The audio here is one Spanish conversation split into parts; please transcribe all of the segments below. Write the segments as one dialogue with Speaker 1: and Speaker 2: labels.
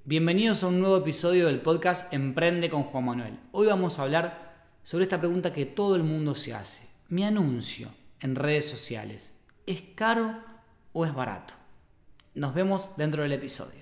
Speaker 1: Bienvenidos a un nuevo episodio del podcast Emprende con Juan Manuel. Hoy vamos a hablar sobre esta pregunta que todo el mundo se hace. ¿Mi anuncio en redes sociales es caro o es barato? Nos vemos dentro del episodio.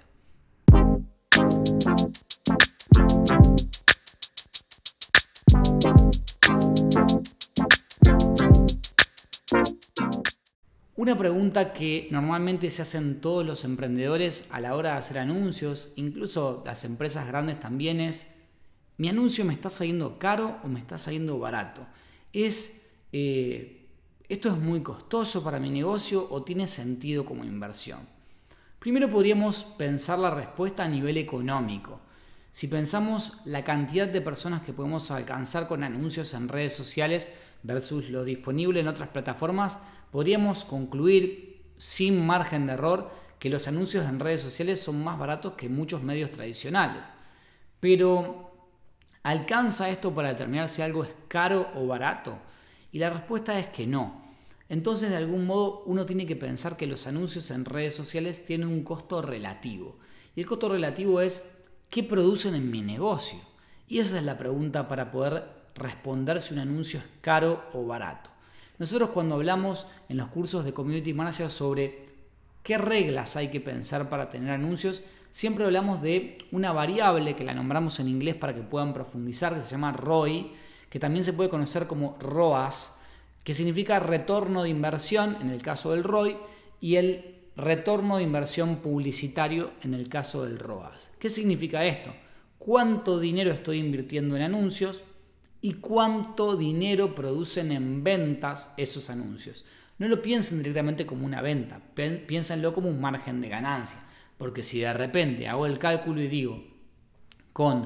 Speaker 1: Una pregunta que normalmente se hacen todos los emprendedores a la hora de hacer anuncios, incluso las empresas grandes también es: ¿mi anuncio me está saliendo caro o me está saliendo barato? ¿Esto es muy costoso para mi negocio o tiene sentido como inversión? Primero podríamos pensar la respuesta a nivel económico. Si pensamos la cantidad de personas que podemos alcanzar con anuncios en redes sociales versus lo disponible en otras plataformas, podríamos concluir sin margen de error que los anuncios en redes sociales son más baratos que muchos medios tradicionales. Pero, ¿alcanza esto para determinar si algo es caro o barato? Y la respuesta es que no. Entonces, de algún modo, uno tiene que pensar que los anuncios en redes sociales tienen un costo relativo. Y el costo relativo es: ¿qué producen en mi negocio? Y esa es la pregunta para poder responder si un anuncio es caro o barato. Nosotros, cuando hablamos en los cursos de Community Manager sobre qué reglas hay que pensar para tener anuncios, siempre hablamos de una variable que la nombramos en inglés para que puedan profundizar, que se llama ROI, que también se puede conocer como ROAS, que significa retorno de inversión en el caso del ROI y el retorno de inversión publicitario en el caso del ROAS. ¿Qué significa esto? ¿Cuánto dinero estoy invirtiendo en anuncios y cuánto dinero producen en ventas esos anuncios? No lo piensen directamente como una venta, piénsenlo como un margen de ganancia, porque si de repente hago el cálculo y digo, con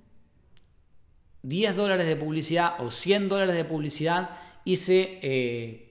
Speaker 1: $10 de publicidad o $100 de publicidad hice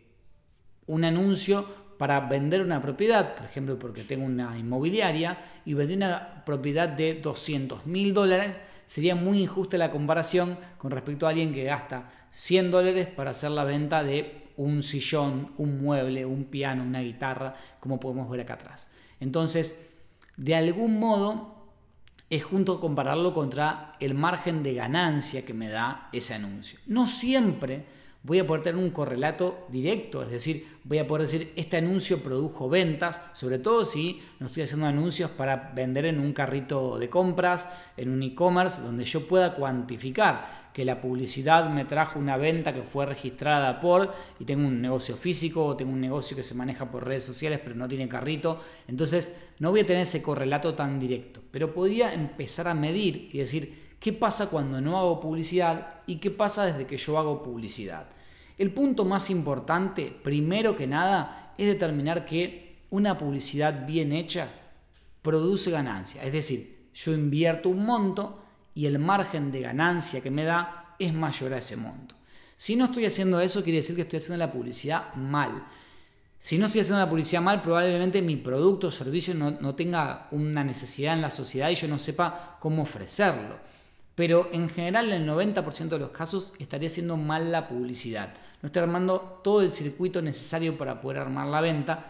Speaker 1: un anuncio para vender una propiedad, por ejemplo, porque tengo una inmobiliaria y vendí una propiedad de $200.000, sería muy injusta la comparación con respecto a alguien que gasta $100 para hacer la venta de un sillón, un mueble, un piano, una guitarra, como podemos ver acá atrás. Entonces, de algún modo, es justo compararlo contra el margen de ganancia que me da ese anuncio. No siempre voy a poder tener un correlato directo, es decir, voy a poder decir este anuncio produjo ventas, sobre todo si no estoy haciendo anuncios para vender en un carrito de compras, en un e-commerce, donde yo pueda cuantificar que la publicidad me trajo una venta que fue registrada y tengo un negocio físico o tengo un negocio que se maneja por redes sociales pero no tiene carrito. Entonces no voy a tener ese correlato tan directo, pero podría empezar a medir y decir: ¿qué pasa cuando no hago publicidad y qué pasa desde que yo hago publicidad? El punto más importante, primero que nada, es determinar que una publicidad bien hecha produce ganancia. Es decir, yo invierto un monto y el margen de ganancia que me da es mayor a ese monto. Si no estoy haciendo eso, quiere decir que estoy haciendo la publicidad mal. Si no estoy haciendo la publicidad mal, probablemente mi producto o servicio no tenga una necesidad en la sociedad y yo no sepa cómo ofrecerlo. Pero en general, en el 90% de los casos, estaría haciendo mal la publicidad. No estoy armando todo el circuito necesario para poder armar la venta,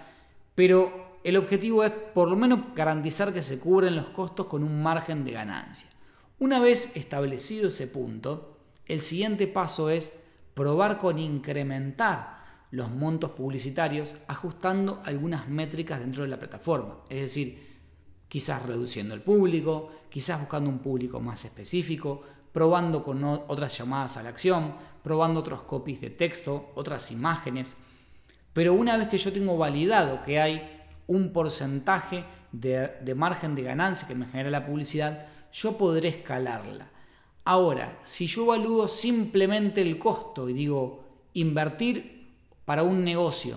Speaker 1: pero el objetivo es por lo menos garantizar que se cubren los costos con un margen de ganancia. Una vez establecido ese punto, el siguiente paso es probar con incrementar los montos publicitarios ajustando algunas métricas dentro de la plataforma. Es decir, quizás reduciendo el público, quizás buscando un público más específico, probando con otras llamadas a la acción, probando otros copies de texto, otras imágenes. Pero una vez que yo tengo validado que hay un porcentaje de margen de ganancia que me genera la publicidad, yo podré escalarla. Ahora, si yo evalúo simplemente el costo y digo, invertir para un negocio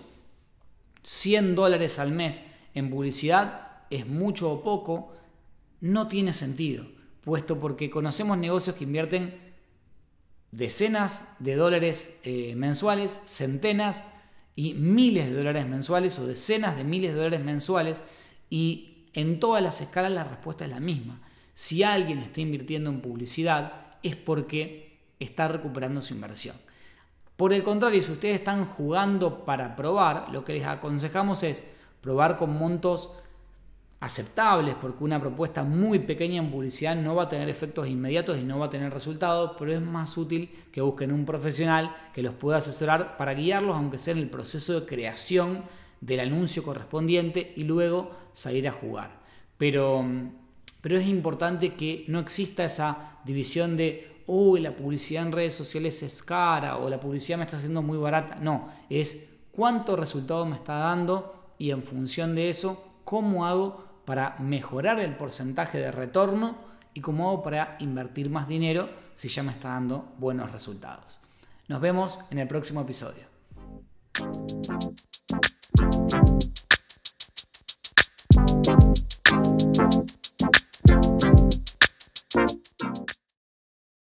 Speaker 1: $100 al mes en publicidad es mucho o poco, no tiene sentido, puesto porque conocemos negocios que invierten decenas de dólares mensuales, centenas y miles de dólares mensuales o decenas de miles de dólares mensuales, y en todas las escalas la respuesta es la misma. Si alguien está invirtiendo en publicidad es porque está recuperando su inversión. Por el contrario, si ustedes están jugando para probar, lo que les aconsejamos es probar con montos aceptables, porque una propuesta muy pequeña en publicidad no va a tener efectos inmediatos y no va a tener resultados, pero es más útil que busquen un profesional que los pueda asesorar para guiarlos, aunque sea en el proceso de creación del anuncio correspondiente y luego salir a jugar. Pero es importante que no exista esa división de la publicidad en redes sociales es cara o la publicidad me está haciendo muy barata. No, es cuánto resultado me está dando y en función de eso, cómo hago para mejorar el porcentaje de retorno y cómo hago para invertir más dinero si ya me está dando buenos resultados. Nos vemos en el próximo episodio.